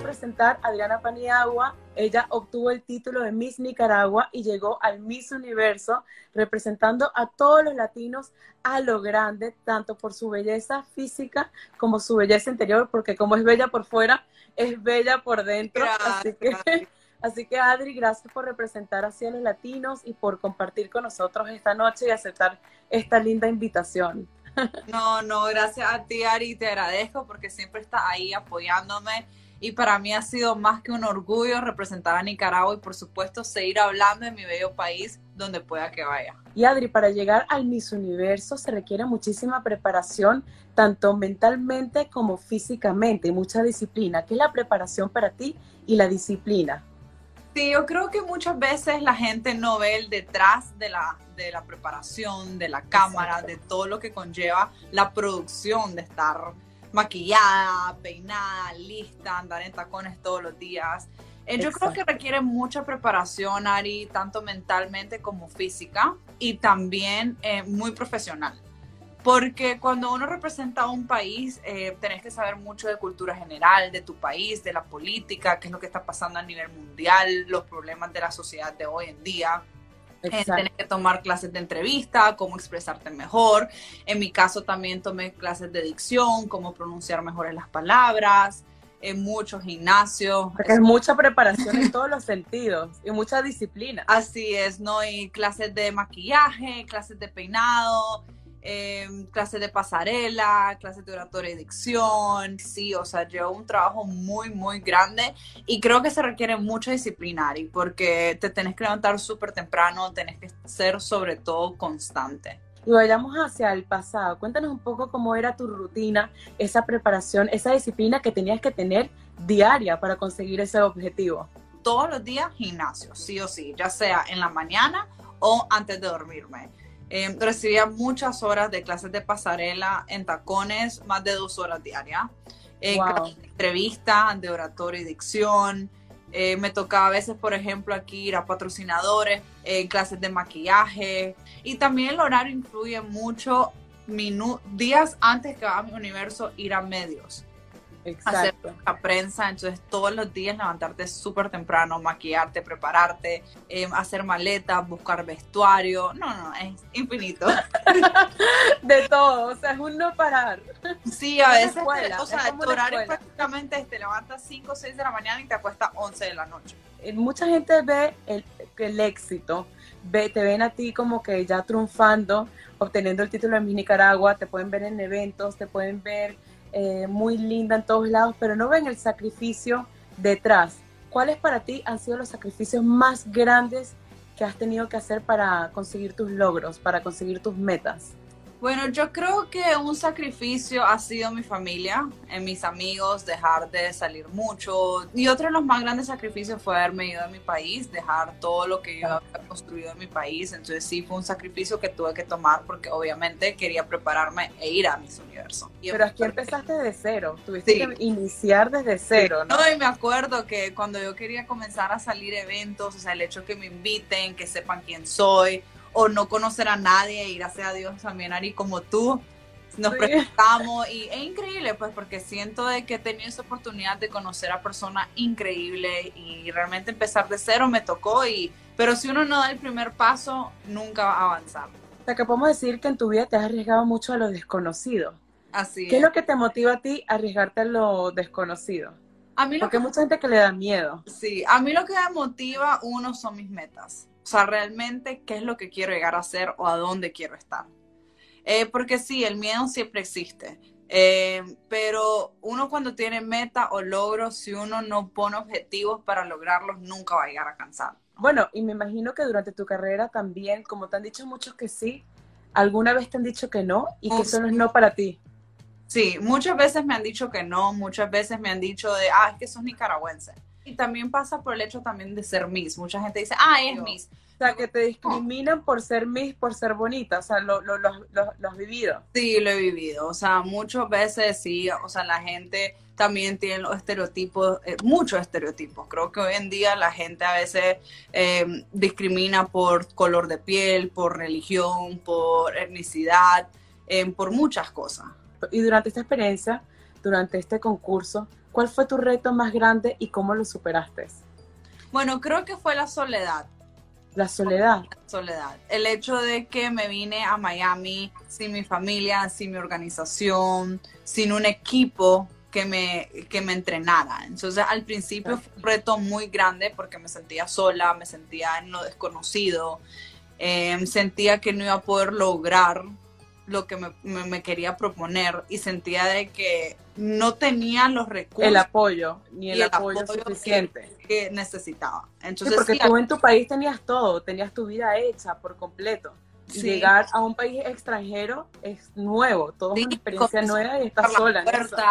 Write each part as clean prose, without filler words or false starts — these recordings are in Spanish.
presentar a Adriana Paniagua. Ella obtuvo el título de Miss Nicaragua y llegó al Miss Universo representando a todos los latinos a lo grande, tanto por su belleza física como su belleza interior, porque como es bella por fuera, es bella por dentro. Así que Adri, gracias por representar así a los latinos y por compartir con nosotros esta noche y aceptar esta linda invitación. No, gracias a ti, Ari, te agradezco porque siempre estás ahí apoyándome y para mí ha sido más que un orgullo representar a Nicaragua y por supuesto seguir hablando de mi bello país donde pueda que vaya. Y Adri, para llegar al Miss Universo se requiere muchísima preparación, tanto mentalmente como físicamente, y mucha disciplina. ¿Qué es la preparación para ti y la disciplina? Sí, yo creo que muchas veces la gente no ve el detrás de la preparación, de la cámara, exacto, de todo lo que conlleva la producción de estar maquillada, peinada, lista, andar en tacones todos los días. Yo creo que requiere mucha preparación, Ari, tanto mentalmente como física y también muy profesional. Porque cuando uno representa a un país, tenés que saber mucho de cultura general, de tu país, de la política, qué es lo que está pasando a nivel mundial, los problemas de la sociedad de hoy en día. Tenés que tomar clases de entrevista, cómo expresarte mejor. En mi caso también tomé clases de dicción, cómo pronunciar mejor las palabras, en muchos gimnasios. Porque es mucha preparación en todos los sentidos y mucha disciplina. Así es, ¿no? Y clases de maquillaje, clases de peinado, clases de pasarela, clases de oratoria y dicción. Sí, o sea, llevo un trabajo muy grande y creo que se requiere mucha disciplina, porque te tenés que levantar súper temprano, tenés que ser sobre todo constante. Y vayamos hacia el pasado. Cuéntanos un poco cómo era tu rutina, esa preparación, esa disciplina que tenías que tener diaria para conseguir ese objetivo. Todos los días gimnasio, sí o sí, ya sea en la mañana o antes de dormirme. Recibía muchas horas de clases de pasarela en tacones, más de 2 horas diarias. Wow. Entrevistas de oratoria y dicción. Me tocaba a veces, por ejemplo, aquí ir a patrocinadores, clases de maquillaje. Y también el horario influye mucho. Días antes que va a mi universo, ir a medios. Exacto. Hacer la prensa, entonces todos los días levantarte súper temprano, maquillarte, prepararte, hacer maletas, buscar vestuario, no, es infinito. De todo, o sea, es un no parar. Sí, a veces, o sea, tu horario prácticamente te levantas 5 o 6 de la mañana y te acuestas 11 de la noche. Mucha gente ve el éxito, te ven a ti como que ya triunfando, obteniendo el título de Miss Nicaragua, te pueden ver en eventos, te pueden ver muy linda en todos lados, pero no ven el sacrificio detrás. ¿Cuáles para ti han sido los sacrificios más grandes que has tenido que hacer para conseguir tus logros, para conseguir tus metas? Bueno, yo creo que un sacrificio ha sido mi familia, mis amigos, dejar de salir mucho. Y otro de los más grandes sacrificios fue haberme ido de mi país, dejar todo lo que yo había construido en mi país. Entonces sí fue un sacrificio que tuve que tomar porque obviamente quería prepararme e ir a Miss Universo. Pero aquí empezaste desde cero, tuviste que iniciar desde cero, ¿no? No, y me acuerdo que cuando yo quería comenzar a salir a eventos, o sea, el hecho que me inviten, que sepan quién soy, o no conocer a nadie, y gracias a Dios también, Ari, como tú, nos presentamos, y es increíble, pues, porque siento de que he tenido esa oportunidad de conocer a personas increíbles, y realmente empezar de cero me tocó, pero si uno no da el primer paso, nunca va a avanzar. O sea, que podemos decir que en tu vida te has arriesgado mucho a lo desconocido. Así es. ¿Qué es lo que te motiva a ti a arriesgarte a lo desconocido? A mí porque hay mucha gente que le da miedo. Sí, a mí lo que me motiva, uno, son mis metas. O sea, realmente, ¿qué es lo que quiero llegar a hacer o a dónde quiero estar? Porque sí, el miedo siempre existe. Pero uno cuando tiene meta o logros, si uno no pone objetivos para lograrlos, nunca va a llegar a cansar, ¿no? Bueno, y me imagino que durante tu carrera también, como te han dicho muchos que sí, ¿alguna vez te han dicho que no? Y que eso no es no para ti. Sí, muchas veces me han dicho que no, muchas veces me han dicho de, es que sos nicaragüense. Y también pasa por el hecho también de ser Miss. Mucha gente dice, es Miss. O sea, que te discriminan por ser Miss, por ser bonita. O sea, lo has vivido. Sí, lo he vivido. O sea, muchas veces sí. O sea, la gente también tiene los estereotipos, muchos estereotipos. Creo que hoy en día la gente a veces discrimina por color de piel, por religión, por etnicidad, por muchas cosas. Y durante esta experiencia, durante este concurso, ¿Cuál fue tu reto más grande y cómo lo superaste? Bueno, creo que fue la soledad. La soledad. Soledad. El hecho de que me vine a Miami sin mi familia, sin mi organización, sin un equipo que me entrenara. Entonces, al principio fue un reto muy grande porque me sentía sola, me sentía en lo desconocido, sentía que no iba a poder lograr lo que me quería proponer y sentía de que no tenía los recursos. El apoyo, ni el apoyo suficiente. Que necesitaba. Entonces, sí, porque tú en tu país tenías todo, tenías tu vida hecha por completo. Y llegar a un país extranjero es nuevo, todo es una experiencia nueva y estás sola.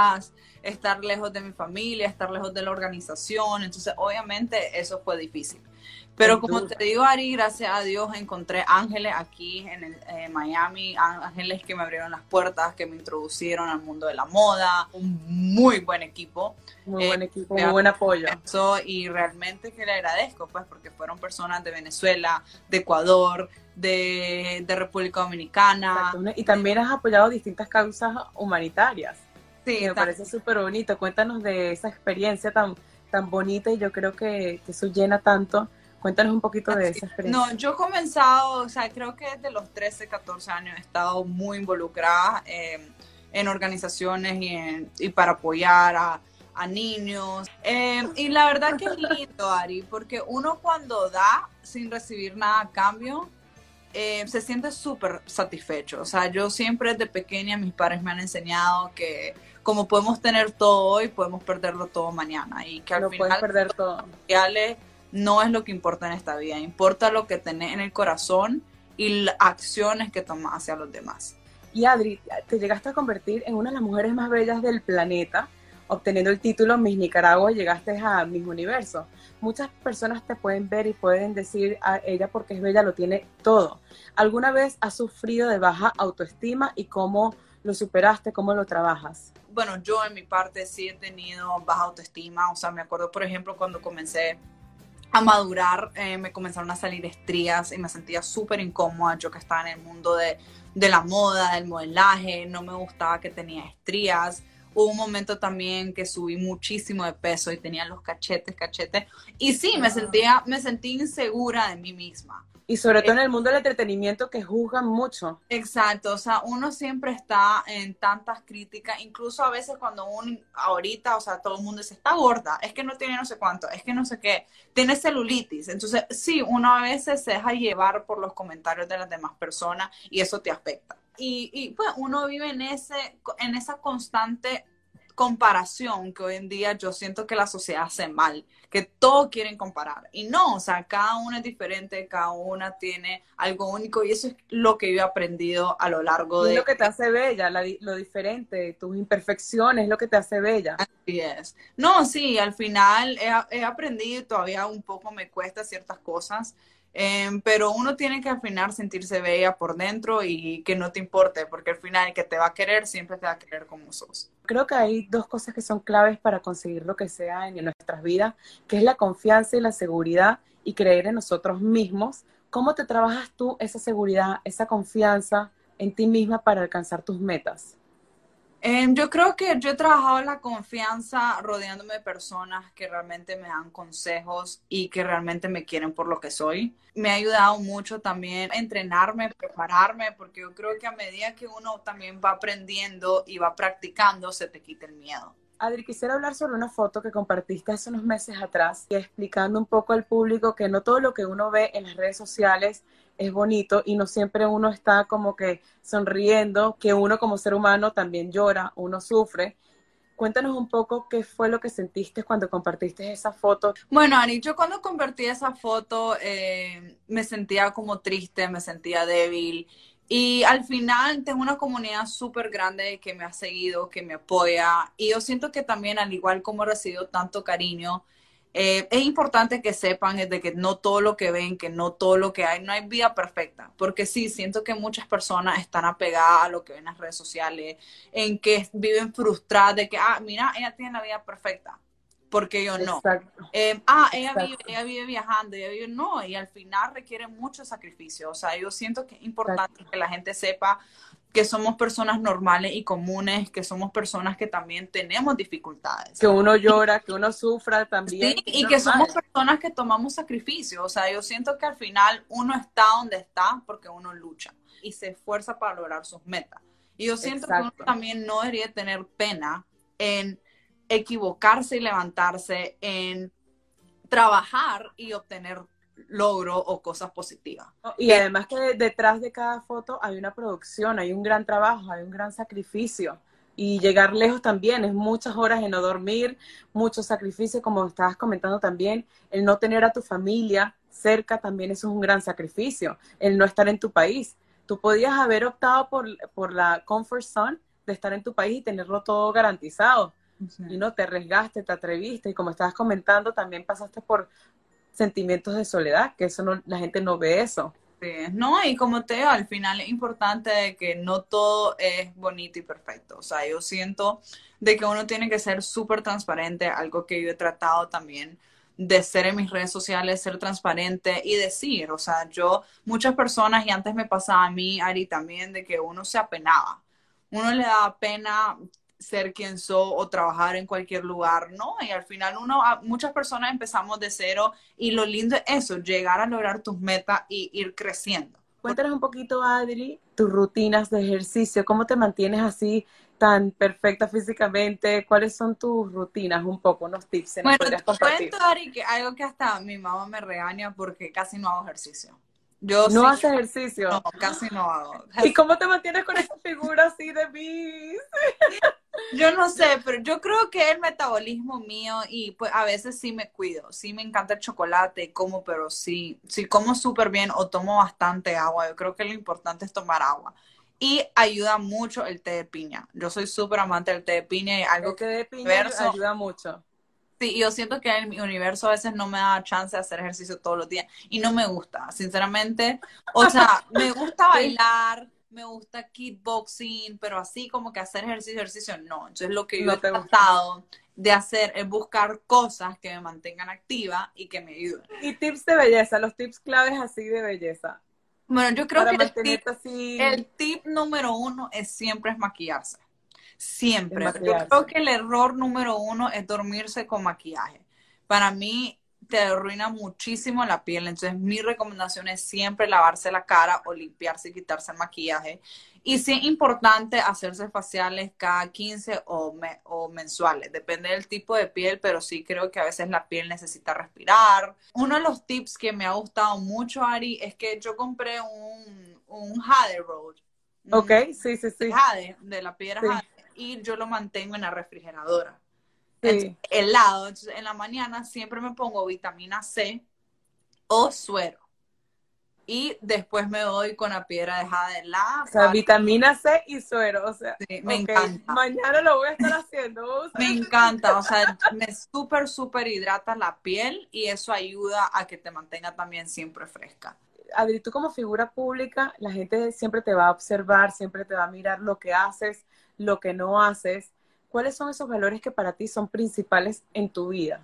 Estar lejos de mi familia, estar lejos de la organización, entonces obviamente eso fue difícil. Pero como te digo, Ari, gracias a Dios encontré ángeles aquí en Miami, ángeles que me abrieron las puertas, que me introducieron al mundo de la moda, un muy buen equipo. Muy buen equipo, muy buen apoyo. Y realmente que le agradezco, pues, porque fueron personas de Venezuela, de Ecuador, de República Dominicana. Exacto. Y también has apoyado distintas causas humanitarias. Sí, me parece súper bonito. Cuéntanos de esa experiencia tan bonita y yo creo que eso llena tanto. Cuéntanos un poquito de esa experiencia. No, yo he comenzado, o sea, creo que desde los 13, 14 años he estado muy involucrada en organizaciones y para apoyar a niños. Y la verdad que es lindo, Ari, porque uno cuando da sin recibir nada a cambio, se siente súper satisfecho. O sea, yo siempre desde pequeña mis padres me han enseñado que como podemos tener todo hoy, podemos perderlo todo mañana. Y que al final perder todo. No es lo que importa en esta vida, importa lo que tenés en el corazón y las acciones que tomas hacia los demás. Y Adri, te llegaste a convertir en una de las mujeres más bellas del planeta, obteniendo el título Miss Nicaragua, llegaste a Miss Universo. Muchas personas te pueden ver y pueden decir a ella porque es bella, lo tiene todo. ¿Alguna vez has sufrido de baja autoestima y cómo lo superaste, cómo lo trabajas? Bueno, yo en mi parte sí he tenido baja autoestima, o sea, me acuerdo por ejemplo cuando comencé a madurar, me comenzaron a salir estrías y me sentía súper incómoda, yo que estaba en el mundo de la moda, del modelaje, no me gustaba que tenía estrías. Hubo un momento también que subí muchísimo de peso y tenía los cachetes, y sí, me sentí insegura de mí misma. Y sobre todo en el mundo del entretenimiento que juzgan mucho. Exacto, o sea, uno siempre está en tantas críticas, incluso a veces cuando uno, ahorita, o sea, todo el mundo dice, está gorda, es que no tiene no sé cuánto, es que no sé qué, tiene celulitis. Entonces, sí, uno a veces se deja llevar por los comentarios de las demás personas y eso te afecta. Y pues uno vive en esa constante comparación que hoy en día yo siento que la sociedad hace mal, que todos quieren comparar. Y no, o sea, cada una es diferente, cada una tiene algo único y eso es lo que yo he aprendido a lo largo de... Es lo que te hace bella, lo diferente, tus imperfecciones, lo que te hace bella. Así es. No, sí, al final he aprendido y todavía un poco me cuesta ciertas cosas. Pero uno tiene que al final sentirse bella por dentro y que no te importe, porque al final el que te va a querer siempre te va a querer como sos. Creo que hay dos cosas que son claves para conseguir lo que sea en nuestras vidas, que es la confianza y la seguridad y creer en nosotros mismos. ¿Cómo te trabajas tú esa seguridad, esa confianza en ti misma para alcanzar tus metas? Yo creo que yo he trabajado la confianza rodeándome de personas que realmente me dan consejos y que realmente me quieren por lo que soy. Me ha ayudado mucho también a entrenarme, prepararme, porque yo creo que a medida que uno también va aprendiendo y va practicando, se te quita el miedo. Adri, quisiera hablar sobre una foto que compartiste hace unos meses atrás y explicando un poco al público que no todo lo que uno ve en las redes sociales es bonito y no siempre uno está como que sonriendo, que uno como ser humano también llora, uno sufre. Cuéntanos un poco qué fue lo que sentiste cuando compartiste esa foto. Bueno, Ani, yo cuando compartí esa foto me sentía como triste, me sentía débil. Y al final tengo una comunidad súper grande que me ha seguido, que me apoya. Y yo siento que también, al igual como he recibido tanto cariño, es importante que sepan de que no todo lo que ven, que no todo lo que hay, no hay vida perfecta. Porque sí, siento que muchas personas están apegadas a lo que ven en las redes sociales, en que viven frustradas de que, mira, ella tiene la vida perfecta, porque yo no. Exacto. Ella vive viajando, no, y al final requiere mucho sacrificio. O sea, yo siento que es importante que la gente sepa que somos personas normales y comunes, que somos personas que también tenemos dificultades. Que uno llora, que uno sufra también. Sí, y que somos personas que tomamos sacrificios. O sea, yo siento que al final uno está donde está porque uno lucha y se esfuerza para lograr sus metas. Y yo siento que uno también no debería tener pena en equivocarse y levantarse, en trabajar y obtener logro o cosas positivas. Y además que detrás de cada foto hay una producción, hay un gran trabajo, hay un gran sacrificio. Y llegar lejos también es muchas horas de no dormir, mucho sacrificio, como estabas comentando también, el no tener a tu familia cerca también eso es un gran sacrificio, el no estar en tu país. Tú podías haber optado por la comfort zone de estar en tu país y tenerlo todo garantizado. Sí. Y no te arriesgaste, te atreviste y como estabas comentando también pasaste por sentimientos de soledad, que eso no, la gente no ve eso. Sí, no, y como te digo, al final es importante de que no todo es bonito y perfecto. O sea, yo siento de que uno tiene que ser súper transparente, algo que yo he tratado también de ser en mis redes sociales, ser transparente y decir, o sea, muchas personas, y antes me pasaba a mí, Ari, también, de que uno se apenaba. Uno le daba pena ser quien soy o trabajar en cualquier lugar, ¿no? Y al final muchas personas empezamos de cero y lo lindo es eso, llegar a lograr tus metas y ir creciendo. Cuéntanos un poquito, Adri, tus rutinas de ejercicio, ¿cómo te mantienes así tan perfecta físicamente? ¿Cuáles son tus rutinas? Un poco, unos tips. Bueno, te cuento, Adri, que algo que hasta mi mamá me regaña porque casi no hago ejercicio. ¿No haces ejercicio? No, casi no hago. ¿Y cómo te mantienes con esa figura así de bis? Yo no sé, pero yo creo que el metabolismo mío y pues a veces sí me cuido, sí me encanta el chocolate, como, pero sí como súper bien o tomo bastante agua. Yo creo que lo importante es tomar agua. Y ayuda mucho el té de piña. Yo soy súper amante del té de piña y algo que el té de piña ayuda mucho. Sí, yo siento que en mi universo a veces no me da chance de hacer ejercicio todos los días y no me gusta, sinceramente. O sea, me gusta bailar, me gusta kickboxing, pero así como que hacer ejercicio, no. Entonces lo que yo he tratado de hacer es buscar cosas que me mantengan activa y que me ayuden. Y tips de belleza, los tips claves así de belleza. Bueno, yo creo que el tip número 1 siempre es maquillarse. Siempre. Yo creo que el error número 1 es dormirse con maquillaje. Para mí te arruina muchísimo la piel, entonces mi recomendación es siempre lavarse la cara o limpiarse y quitarse el maquillaje. Y sí es importante hacerse faciales cada 15 o mensuales, depende del tipo de piel, pero sí creo que a veces la piel necesita respirar. Uno de los tips que me ha gustado mucho, Ari, es que yo compré un Jade Roll. Ok, sí. Jade, de la piedra Jade. Y yo lo mantengo en la refrigeradora. Sí. Helado. Entonces, en la mañana siempre me pongo vitamina C o suero. Y después me doy con la piedra de Jade. O sea, vitamina C y suero. O sea, sí, me encanta. Mañana lo voy a estar haciendo. Me encanta. O sea, me súper hidrata la piel y eso ayuda a que te mantenga también siempre fresca. Adri, tú como figura pública, la gente siempre te va a observar, siempre te va a mirar lo que haces, lo que no haces. ¿Cuáles son esos valores que para ti son principales en tu vida?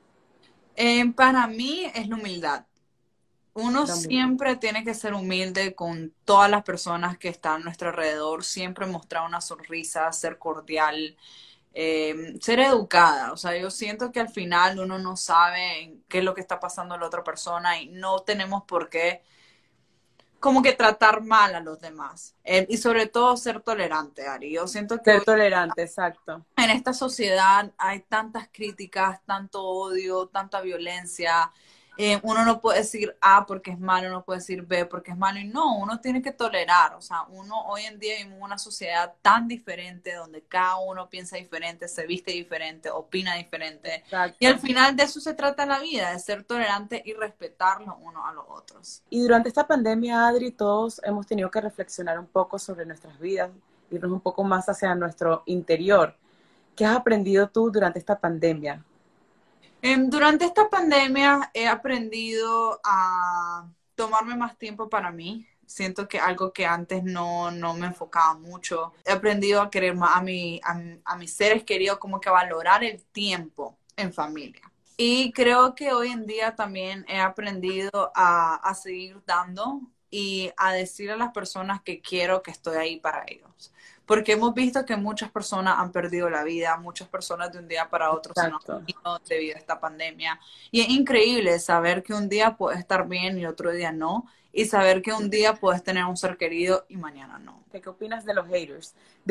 Para mí es la humildad. Uno siempre tiene que ser humilde con todas las personas que están a nuestro alrededor, siempre mostrar una sonrisa, ser cordial, ser educada. O sea, yo siento que al final uno no sabe qué es lo que está pasando a la otra persona y no tenemos por qué como que tratar mal a los demás. Y sobre todo ser tolerante, Ari. Yo siento que ser tolerante, exacto. En esta sociedad hay tantas críticas, tanto odio, tanta violencia. Uno no puede decir A porque es malo, no puede decir B porque es malo. Y no, uno tiene que tolerar. O sea, uno hoy en día vivimos en una sociedad tan diferente donde cada uno piensa diferente, se viste diferente, opina diferente. Exacto. Y al final de eso se trata la vida, de ser tolerante y respetar los unos a los otros. Y durante esta pandemia, Adri, todos hemos tenido que reflexionar un poco sobre nuestras vidas, irnos un poco más hacia nuestro interior. ¿Qué has aprendido tú durante esta pandemia? Durante esta pandemia he aprendido a tomarme más tiempo para mí. Siento que algo que antes no me enfocaba mucho. He aprendido a querer más a mis seres queridos, como que a valorar el tiempo en familia. Y creo que hoy en día también he aprendido a seguir dando y a decir a las personas que quiero que estoy ahí para ellos. Porque hemos visto que muchas personas han perdido la vida, muchas personas de un día para otro se nos han Exacto. ido debido a esta pandemia. Y es increíble saber que un día puedes estar bien y otro día no, y saber que un día puedes tener un ser querido y mañana no. ¿Qué opinas de los haters,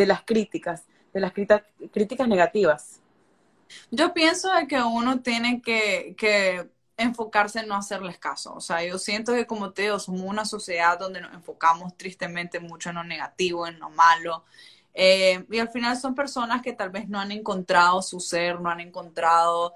de las críticas negativas? Yo pienso de que uno tiene que enfocarse en no hacerles caso. O sea, yo siento que como te digo, somos una sociedad donde nos enfocamos tristemente mucho en lo negativo, en lo malo. Y al final son personas que tal vez no han encontrado su ser, no han encontrado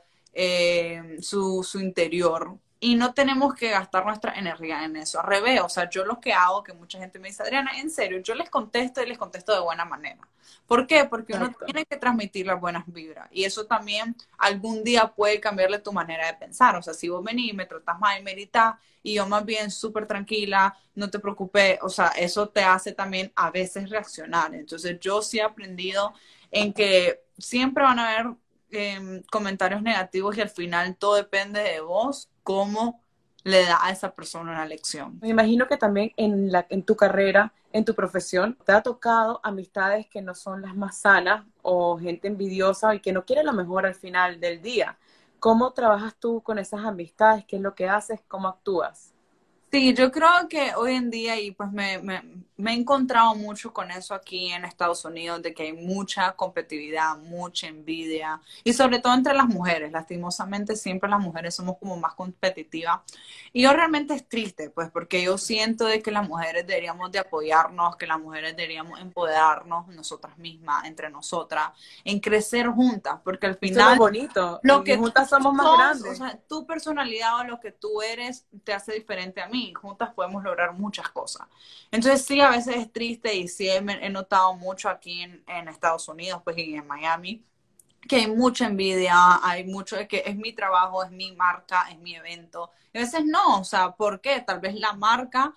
su interior. Y no tenemos que gastar nuestra energía en eso. Al revés, o sea, yo lo que hago, que mucha gente me dice, Adriana, en serio, yo les contesto y les contesto de buena manera. ¿Por qué? Porque uno Exacto. tiene que transmitir las buenas vibras y eso también algún día puede cambiarle tu manera de pensar. O sea, si vos venís y me tratás mal y me gritás y yo más bien súper tranquila, no te preocupes, o sea, eso te hace también a veces reaccionar. Entonces yo sí he aprendido en que siempre van a haber comentarios negativos y al final todo depende de vos, cómo le da a esa persona una lección. Me imagino que también en tu carrera, en tu profesión, te ha tocado amistades que no son las más sanas o gente envidiosa y que no quiere lo mejor al final del día. ¿Cómo trabajas tú con esas amistades? ¿Qué es lo que haces? ¿Cómo actúas? Sí, yo creo que hoy en día, y pues me he encontrado mucho con eso aquí en Estados Unidos, de que hay mucha competitividad, mucha envidia, y sobre todo entre las mujeres. Lastimosamente, siempre las mujeres somos como más competitivas. Y yo realmente es triste, pues, porque yo siento de que las mujeres deberíamos de apoyarnos, que las mujeres deberíamos empoderarnos nosotras mismas, entre nosotras, en crecer juntas, porque al Eso es lo final bonito. lo Y que tú juntas somos más sos, o grandes. sea, tu personalidad o lo que tú eres te hace diferente a mí. Juntas podemos lograr muchas cosas. Entonces sí, a veces es triste y sí he notado mucho aquí en Estados Unidos, pues y en Miami, que hay mucha envidia, hay mucho de que es mi trabajo, es mi marca, es mi evento. Y a veces no, o sea, ¿por qué? Tal vez la marca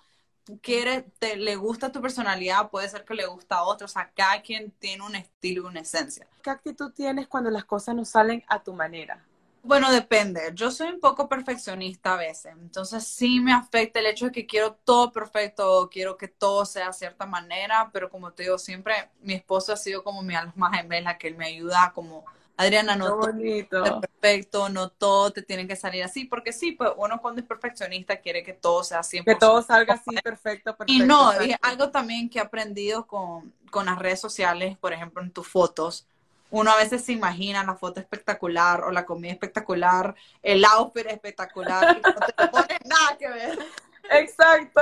le gusta tu personalidad, puede ser que le gusta a otros, o sea, cada quien tiene un estilo y una esencia. ¿Qué actitud tienes cuando las cosas no salen a tu manera? Bueno, depende. Yo soy un poco perfeccionista a veces, entonces sí me afecta el hecho de que quiero todo perfecto, quiero que todo sea de cierta manera, pero como te digo, siempre mi esposo ha sido como mi alma gemela, que él me ayuda como, Adriana, Qué no todo es bonito. perfecto, no todo te tiene que salir así, porque sí, pues uno cuando es perfeccionista quiere que todo sea Que 100%. todo salga así, perfecto, Y perfecto, no, y exacto. algo también que he aprendido con las redes sociales, por ejemplo, en tus fotos, uno a veces se imagina la foto espectacular o la comida espectacular, el outfit espectacular y no te pones nada que ver. Exacto.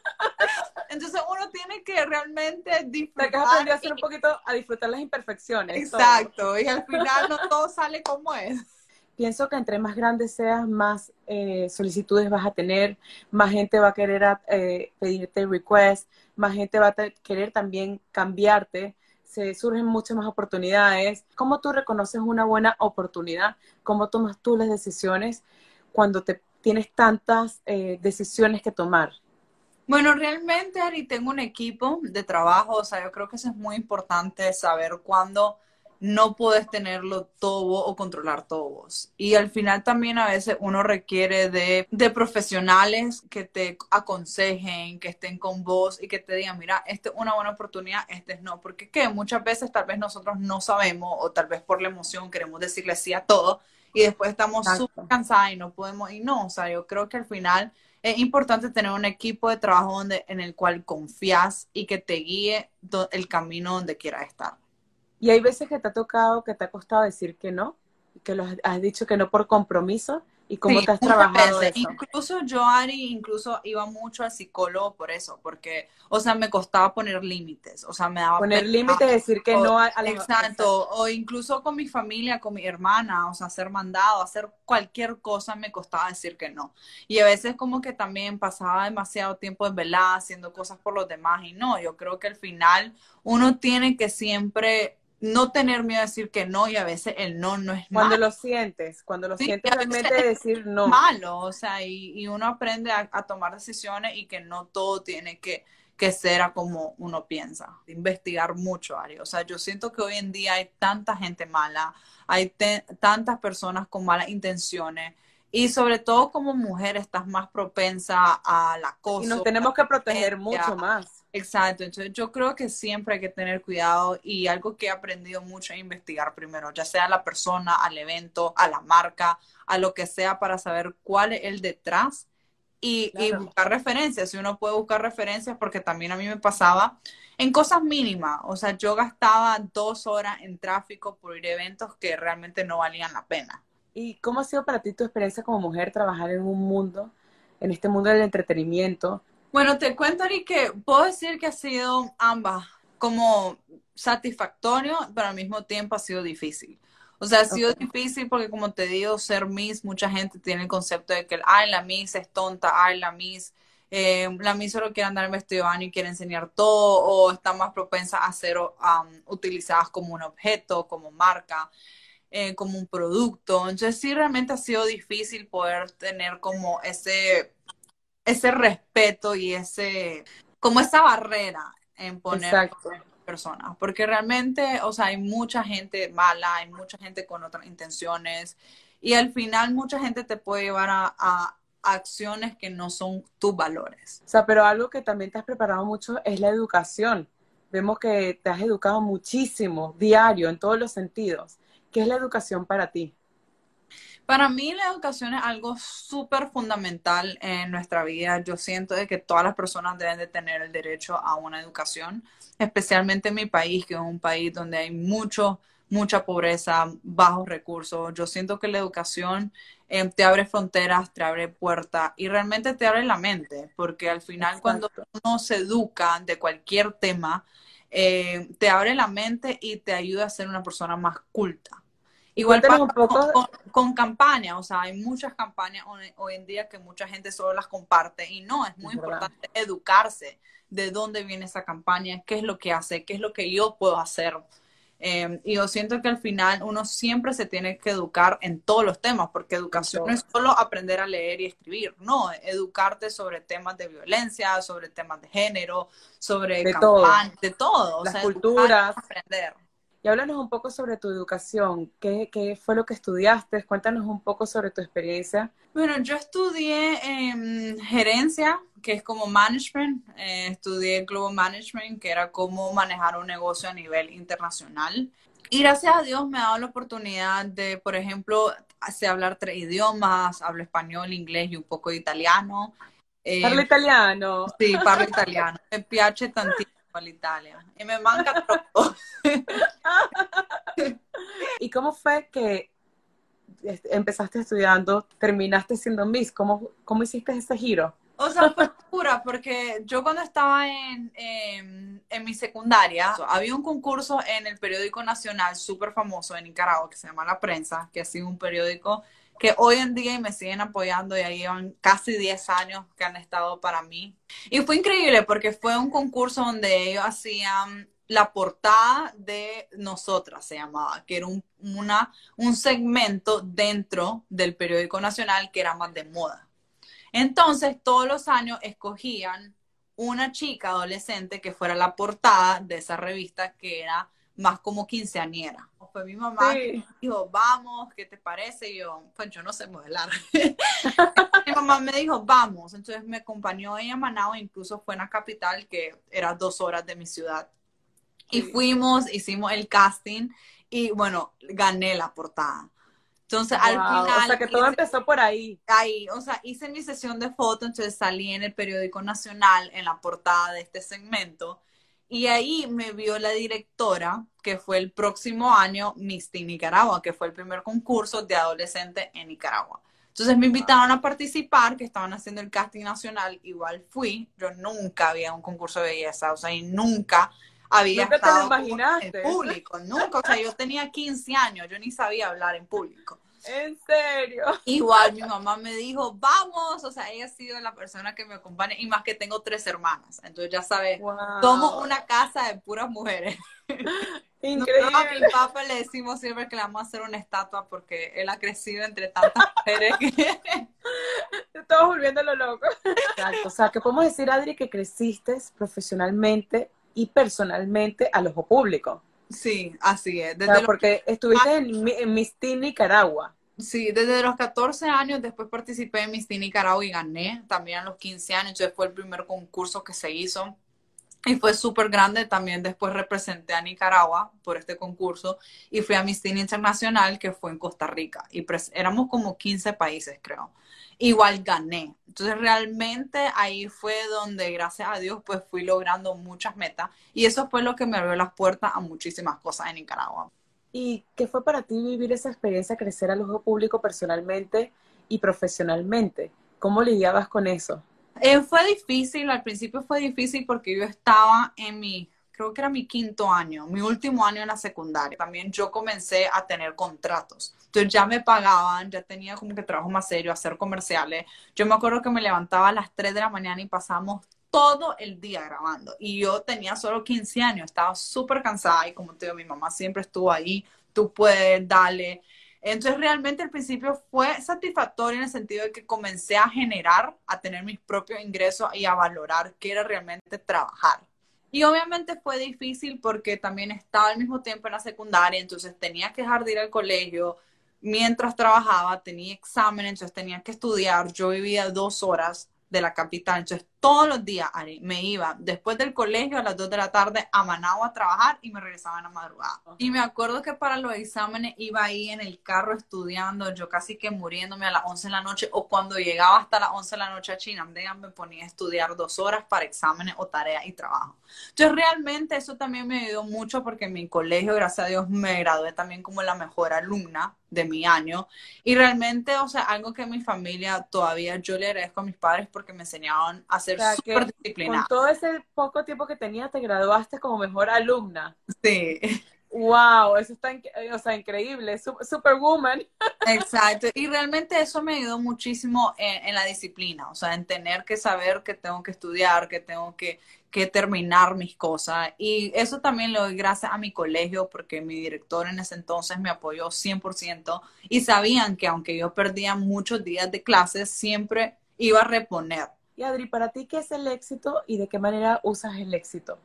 Entonces uno tiene que realmente O sea, que has disfrutar aprendido a hacer un y poquito, a disfrutar las imperfecciones, todo. exacto, y al final no todo sale como es. Pienso que entre más grande seas, más solicitudes vas a tener, más gente va a querer pedirte request, más gente va a querer también cambiarte, se surgen muchas más oportunidades. ¿Cómo tú reconoces una buena oportunidad? ¿Cómo tomas tú las decisiones cuando tienes tantas decisiones que tomar? Bueno, realmente, Ari, tengo un equipo de trabajo, o sea, yo creo que eso es muy importante saber cuándo no puedes tenerlo todo o controlar todos. Y al final también a veces uno requiere de profesionales que te aconsejen, que estén con vos y que te digan, mira, esta es una buena oportunidad, este es no. Porque ¿qué? Muchas veces tal vez nosotros no sabemos o tal vez por la emoción queremos decirle sí a todo y después estamos súper Exacto. cansadas y no podemos, y no, o sea, yo creo que al final es importante tener un equipo de trabajo en el cual confías y que te guíe el camino donde quieras estar. Y hay veces que te ha tocado, que te ha costado decir que no, y que lo has dicho que no por compromiso, y cómo Sí, te has muchas trabajado veces. eso. Incluso yo, Ari, incluso iba mucho al psicólogo por eso, porque, o sea, me costaba poner límites, o sea, me daba Poner pena. límites, decir que O- no a las... Exacto. exacto, o incluso con mi familia, con mi hermana, o sea, hacer mandado, hacer cualquier cosa me costaba decir que no. Y a veces como que también pasaba demasiado tiempo desvelada haciendo cosas por los demás y no, yo creo que al final uno tiene que siempre no tener miedo a decir que no y a veces el no no es malo. Cuando lo Sí, y sientes a veces realmente de decir no. malo, o sea, y uno aprende a tomar decisiones y que no todo tiene que ser a como uno piensa. Investigar mucho, Ari. O sea, yo siento que hoy en día hay tanta gente mala, hay tantas personas con malas intenciones Y sobre todo como mujer estás más propensa al Y nos acoso, a tenemos la que proteger violencia. mucho más. Exacto, entonces yo creo que siempre hay que tener cuidado y algo que he aprendido mucho es investigar primero, ya sea a la persona, al evento, a la marca, a lo que sea para saber cuál es el detrás y Claro. buscar referencias. Si uno puede buscar referencias, porque también a mí me pasaba en cosas mínimas, o sea, yo gastaba 2 horas en tráfico por ir a eventos que realmente no valían la pena. ¿Y cómo ha sido para ti tu experiencia como mujer trabajar en un mundo, en este mundo del entretenimiento? Bueno, te cuento, Ari, que puedo decir que ha sido ambas, como satisfactorio, pero al mismo tiempo ha sido difícil. O sea, ha sido Okay. difícil porque, como te digo, ser Miss, mucha gente tiene el concepto de que, ay, la Miss es tonta, ay, la Miss solo quiere andar en vestido de baño y quiere enseñar todo, o está más propensa a ser utilizadas como un objeto, como marca, como un producto. Entonces, sí, realmente ha sido difícil poder tener como ese respeto y como esa barrera en poner Exacto. personas, porque realmente, o sea, hay mucha gente mala, hay mucha gente con otras intenciones y al final mucha gente te puede llevar a acciones que no son tus valores. O sea, pero algo que también te has preparado mucho es la educación. Vemos que te has educado muchísimo, diario, en todos los sentidos. ¿Qué es la educación para ti? Para mí la educación es algo súper fundamental en nuestra vida. Yo siento de que todas las personas deben de tener el derecho a una educación, especialmente en mi país, que es un país donde hay mucha pobreza, bajos recursos. Yo siento que la educación te abre fronteras, te abre puertas y realmente te abre la mente, porque al final cuando Exacto. uno se educa de cualquier tema, te abre la mente y te ayuda a ser una persona más culta. Y Igual cuéntanos pasa un poco, con campañas, o sea, hay muchas campañas hoy en día que mucha gente solo las comparte y no, es es muy verdad, importante educarse de dónde viene esa campaña, qué es lo que hace, qué es lo que yo puedo hacer. Y yo siento que al final uno siempre se tiene que educar en todos los temas, porque en educación no todo, es solo aprender a leer y escribir, no, educarte sobre temas de violencia, sobre temas de género, sobre de todo, campañas, de todo, o las sea, educar es culturas. aprender. Y háblanos un poco sobre tu educación. ¿Qué fue lo que estudiaste? Cuéntanos un poco sobre tu experiencia. Bueno, yo estudié gerencia, que es como management. Estudié Global Management, que era cómo manejar un negocio a nivel internacional. Y gracias a Dios me ha dado la oportunidad de, por ejemplo, sé hablar 3 idiomas, hablo español, inglés y un poco de italiano. Parla Eh, italiano. sì, parlo italiano. Mi piace tantissimo l'Italia e me manca troppo. ¿Y cómo fue que empezaste estudiando, terminaste siendo Miss? ¿Cómo hiciste ese giro? O sea, fue locura porque yo cuando estaba en mi secundaria, había un concurso en el periódico nacional súper famoso en Nicaragua que se llama La Prensa, que ha sido un periódico que hoy en día y me siguen apoyando, ya llevan casi 10 años que han estado para mí. Y fue increíble porque fue un concurso donde ellos hacían la portada de Nosotras, se llamaba, que era un segmento dentro del periódico nacional que era más de moda. Entonces, todos los años escogían una chica adolescente que fuera la portada de esa revista que era más como quinceañera. Fue mi mamá que Sí. dijo, vamos, ¿qué te parece? Y yo, pues yo no sé modelar. Mi mamá me dijo, vamos. Entonces me acompañó ella a Manao, incluso fue en la capital, que era 2 horas de mi ciudad. Y Sí. fuimos, hicimos el casting y bueno, gané la portada. Entonces, al Wow. O sea final que todo empezó por ahí. ahí, o sea, hice mi sesión de fotos, entonces salí en el periódico nacional en la portada de este segmento y ahí me vio la directora, que fue el próximo año Miss Teen Nicaragua, que fue el primer concurso de adolescente en Nicaragua. Entonces me Wow. invitaron a participar, que estaban haciendo el casting nacional, igual fui, yo nunca había un concurso de belleza, o sea, y nunca había Nunca te lo estado como en el imaginaste. público, nunca, o sea, yo tenía 15 años, yo ni sabía hablar en público. En serio. Igual mi mamá me dijo, vamos, o sea, ella ha sido la persona que me acompaña y más que tengo 3 hermanas, entonces ya sabes, somos Wow. una casa de puras mujeres. Nosotros a mi Increíble. papá le decimos siempre que le vamos a hacer una estatua porque él ha crecido entre tantas mujeres que... Estamos volviéndolo loco. Exacto. O sea, que podemos decir, Adri, que creciste profesionalmente y personalmente al ojo público. Sí, así es. O sea, Desde lo porque más estuviste en Miss Teen Nicaragua. Sí, desde los 14 años, después participé en Miss Teen Nicaragua y gané. También a los 15 años, entonces fue el primer concurso que se hizo. Y fue súper grande. También después representé a Nicaragua por este concurso y fui a Miss Teen Internacional, que fue en Costa Rica. Y éramos como 15 países, creo. Igual gané. Entonces realmente ahí fue donde, gracias a Dios, pues fui logrando muchas metas. Y eso fue lo que me abrió las puertas a muchísimas cosas en Nicaragua. ¿Y qué fue para ti vivir esa experiencia, crecer al ojo público personalmente y profesionalmente? ¿Cómo lidiabas con eso? Fue difícil, al principio fue difícil porque yo estaba en creo que era mi quinto año, mi último año en la secundaria. También yo comencé a tener contratos. Entonces ya me pagaban, ya tenía como que trabajo más serio, hacer comerciales. Yo me acuerdo que me levantaba a las 3 de la mañana y pasamos todo el día grabando. Y yo tenía solo 15 años, estaba súper cansada y como te digo, mi mamá siempre estuvo ahí, tú puedes, dale. Entonces realmente al principio fue satisfactorio en el sentido de que comencé a generar, a tener mis propios ingresos y a valorar qué era realmente trabajar. Y obviamente fue difícil porque también estaba al mismo tiempo en la secundaria, entonces tenía que dejar de ir al colegio. Mientras trabajaba, tenía exámenes, entonces tenía que estudiar. Yo vivía 2 horas de la capital, entonces todos los días, Ari, me iba después del colegio a las 2 de la tarde a Managua a trabajar y me regresaba en la madrugada. Y me acuerdo que para los exámenes iba ahí en el carro estudiando, yo casi que muriéndome a las 11 de la noche, o cuando llegaba hasta las 11 de la noche a Chinandega me ponía a estudiar 2 horas para exámenes o tareas y trabajo. Entonces realmente eso también me ayudó mucho porque en mi colegio, gracias a Dios, me gradué también como la mejor alumna de mi año. Y realmente, o sea, algo que mi familia todavía yo le agradezco a mis padres porque me enseñaban a O ser sea, súper que con disciplinada. todo ese poco tiempo que tenías, te graduaste como mejor alumna. Sí. Wow, eso está, o sea, increíble, superwoman. Exacto, y realmente eso me ayudó muchísimo en la disciplina, o sea, en tener que saber que tengo que estudiar, que tengo que terminar mis cosas. Y eso también lo doy gracias a mi colegio, porque mi director en ese entonces me apoyó 100% y sabían que aunque yo perdía muchos días de clases, siempre iba a reponer. Y Adri, ¿para ti qué es el éxito y de qué manera usas el éxito?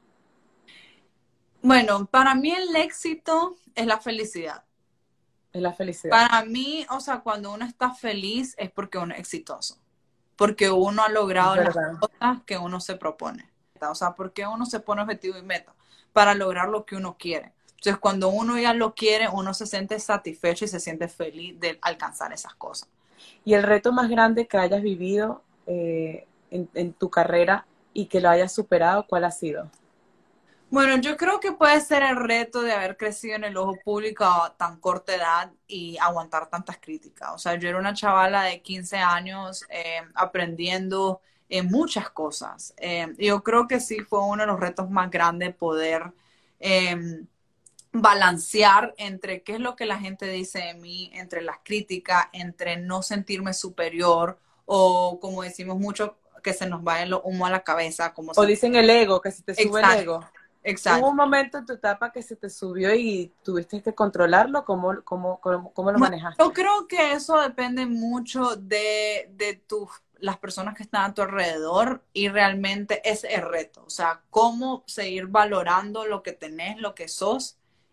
Bueno, para mí el éxito es la felicidad. Es la felicidad. Para mí, o sea, cuando uno está feliz es porque uno es exitoso, porque uno ha Es logrado las verdad. cosas que uno se propone. O sea, porque uno se pone objetivo y meta para lograr lo que uno quiere. Entonces, cuando uno ya lo quiere, uno se siente satisfecho y se siente feliz de alcanzar esas cosas. Y el reto más grande que hayas vivido en tu carrera y que lo hayas superado, ¿cuál ha sido? Bueno, yo creo que puede ser el reto de haber crecido en el ojo público a tan corta edad y aguantar tantas críticas. O sea, yo era una chavala de 15 años aprendiendo muchas cosas. Yo creo que sí fue uno de los retos más grandes poder eh, balancear entre qué es lo que la gente dice de mí, entre las críticas, entre no sentirme superior o como decimos mucho, que se nos vaya el humo a la cabeza, como O se... dicen el ego, que si te sube el Exacto, ego. ¿Hubo exacto. un momento en tu etapa que se te subió y tuviste que controlarlo? ¿Cómo lo Bueno, yo manejaste? creo que eso depende mucho de las personas que están a tu alrededor y realmente es el reto. O sea, cómo seguir valorando lo que tenés, lo que sos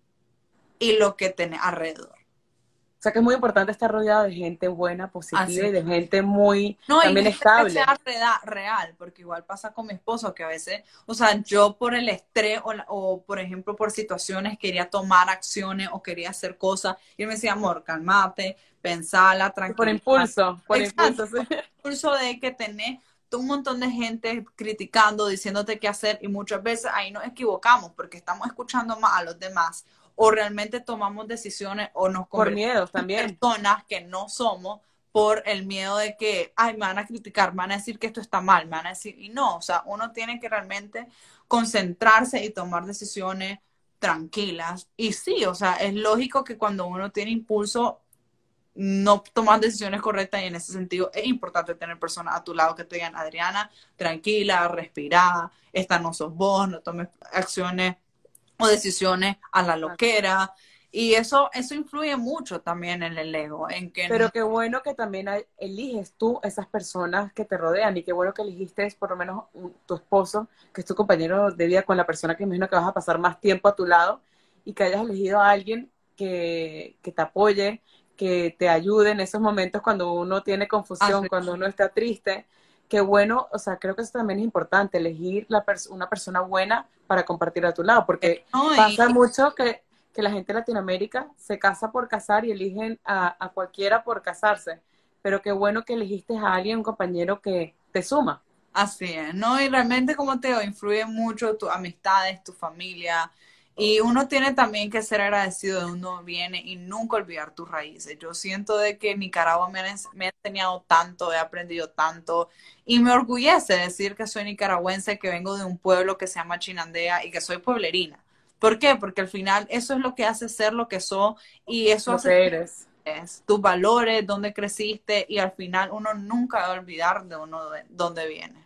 y lo que tenés alrededor. O sea que es muy importante estar rodeado de gente buena, positiva Así. y de gente muy No, y también gente que estable. sea real, porque igual pasa con mi esposo, que a veces, o sea, yo por el estrés o, por ejemplo, por situaciones quería tomar acciones o quería hacer cosas, y él me decía, amor, cálmate, pensala, Y tranquila. por Exacto, impulso, sí. por el impulso de que tenés un montón de gente criticando, diciéndote qué hacer, y muchas veces ahí nos equivocamos, porque estamos escuchando más a los demás, o realmente tomamos decisiones o nos Por convertimos miedos en también. personas que no somos por el miedo de que, ay, me van a criticar, me van a decir que esto está mal, me van a decir, y no, o sea, uno tiene que realmente concentrarse y tomar decisiones tranquilas. Y sí, o sea, es lógico que cuando uno tiene impulso, no tomas decisiones correctas y en ese sentido es importante tener personas a tu lado que te digan, Adriana, tranquila, respira, esta no sos vos, no tomes acciones o decisiones a la loquera. Y eso influye mucho también en el ego, en que Pero qué bueno que también eliges tú esas personas que te rodean y qué bueno que eligiste por lo menos tu esposo, que es tu compañero de vida con la persona que imagino que vas a pasar más tiempo a tu lado y que hayas elegido a alguien que te apoye, que te ayude en esos momentos cuando uno tiene confusión, Así. cuando uno está triste. Qué bueno, o sea, creo que eso también es importante, elegir una persona buena para compartir a tu lado, porque No, pasa mucho que la gente de Latinoamérica se casa por casar y eligen a cualquiera por casarse, pero qué bueno que elegiste a alguien, un compañero que te suma. así es, ¿no? Y realmente, como te digo, influye mucho tus amistades, tu familia. Y uno tiene también que ser agradecido de donde uno viene y nunca olvidar tus raíces. Yo siento de que Nicaragua me ha enseñado tanto, he aprendido tanto y me orgullece decir que soy nicaragüense, que vengo de un pueblo que se llama Chinandega y que soy pueblerina. ¿Por qué? Porque al final eso es lo que hace ser lo que soy y eso Lo hace que eres. tus valores, dónde creciste y al final uno nunca va a olvidar de uno de dónde viene.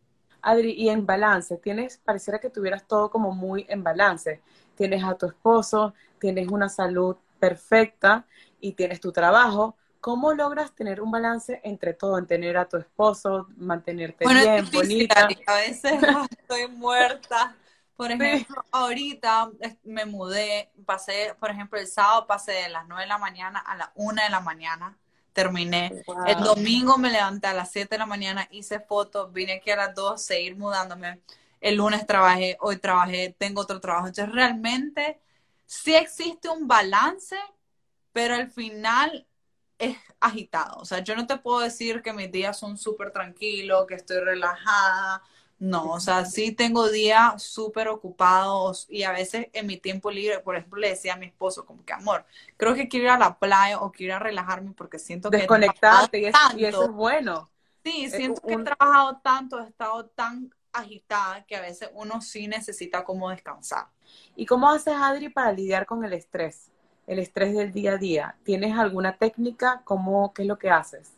Adri, y en balance, pareciera que tuvieras todo como muy en balance. Tienes a tu esposo, tienes una salud perfecta y tienes tu trabajo. ¿Cómo logras tener un balance entre todo, en tener a tu esposo, mantenerte Bueno, es bien, difícil, Ari, bonita? a veces estoy muerta. Por Sí. ejemplo, ahorita me mudé, pasé, por ejemplo, el sábado pasé de las 9 de la mañana a las 1 de la mañana, terminé. El Wow. domingo me levanté a las 7 de la mañana, hice fotos, vine aquí a las 2, seguir mudándome. El lunes trabajé, hoy trabajé, tengo otro trabajo. Entonces, realmente sí existe un balance, pero al final es agitado. O sea, yo no te puedo decir que mis días son súper tranquilos, que estoy relajada. No, o sea, sí tengo días súper ocupados y a veces en mi tiempo libre, por ejemplo, le decía a mi esposo como que, amor, creo que quiero ir a la playa o quiero ir a relajarme porque siento que he trabajado Desconectarte, y eso tanto. es bueno. Sí, Eh, siento que he un- trabajado tanto, he estado tan agitada que a veces uno sí necesita como descansar. ¿Y cómo haces, Adri, para lidiar con el estrés? El estrés del día a día. ¿Tienes alguna técnica? ¿Qué es lo que haces?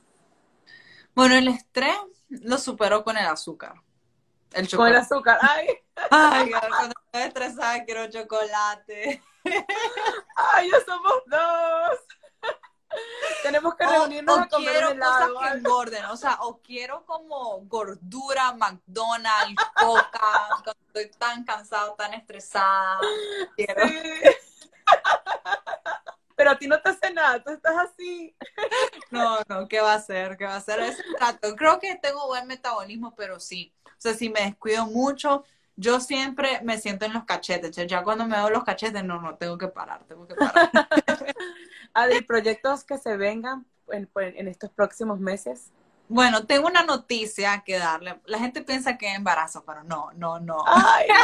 Bueno, el estrés lo supero con el azúcar, el Con el chocolate. azúcar. Ay, Ay, cuando estoy estresada quiero chocolate. ay, ya somos dos. Tenemos que reunirnos O a comer un quiero cosas helado. que Ay. engorden, o sea, o quiero como gordura, McDonald's, Coca, cuando estoy tan cansada, tan estresada. Quiero. Sí. Pero a ti no te hace nada, tú estás así. No, no, ¿qué va a hacer? ¿Qué va a hacer? Ese trato. Creo que tengo buen metabolismo, pero sí. O sea, si me descuido mucho, yo siempre me siento en los cachetes. O sea, ya cuando me doy los cachetes, no, no, tengo que parar, tengo que parar. Adri, proyectos que se vengan en estos próximos meses. Bueno, tengo una noticia que darle. La gente piensa que es embarazo, pero no, no, no. Ay,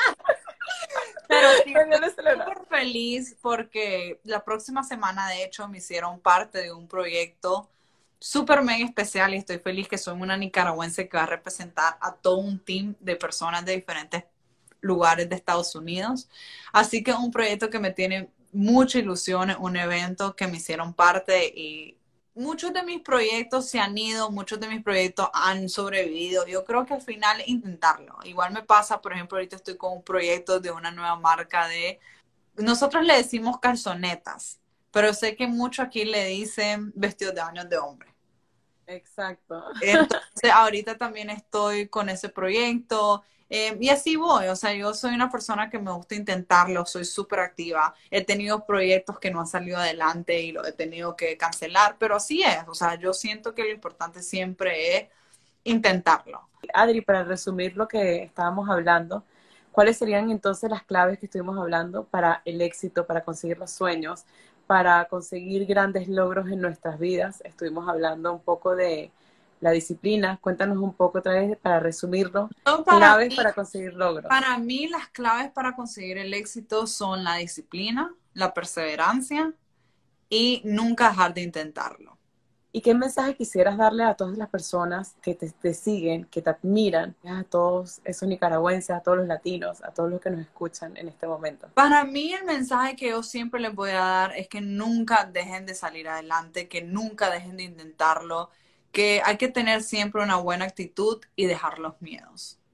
Pero sí, me dio estoy el acelerador. súper feliz porque la próxima semana, de hecho, me hicieron parte de un proyecto súper mega especial y estoy feliz que soy una nicaragüense que va a representar a todo un team de personas de diferentes lugares de Estados Unidos. Así que es un proyecto que me tiene mucha ilusión, es un evento que me hicieron parte y muchos de mis proyectos se han ido, muchos de mis proyectos han sobrevivido. Yo creo que al final intentarlo. Igual me pasa, por ejemplo, ahorita estoy con un proyecto de una nueva marca de, nosotros le decimos calzonetas, pero sé que muchos aquí le dicen vestidos de baño de hombre. Exacto. Entonces, ahorita también estoy con ese proyecto y así voy. O sea, yo soy una persona que me gusta intentarlo, soy súper activa. He tenido proyectos que no han salido adelante y los he tenido que cancelar, pero así es. O sea, yo siento que lo importante siempre es intentarlo. Adri, para resumir lo que estábamos hablando, ¿cuáles serían entonces las claves que estuvimos hablando para el éxito, para conseguir los sueños, para conseguir grandes logros en nuestras vidas? Estuvimos hablando un poco de la disciplina. Cuéntanos un poco otra vez para resumirlo. Yo Claves para conseguir logros. para mí las claves para conseguir el éxito son la disciplina, la perseverancia y nunca dejar de intentarlo. ¿Y qué mensaje quisieras darle a todas las personas que te siguen, que te admiran, a todos esos nicaragüenses, a todos los latinos, a todos los que nos escuchan en este momento? Para mí el mensaje que yo siempre les voy a dar es que nunca dejen de salir adelante, que nunca dejen de intentarlo, que hay que tener siempre una buena actitud y dejar los miedos.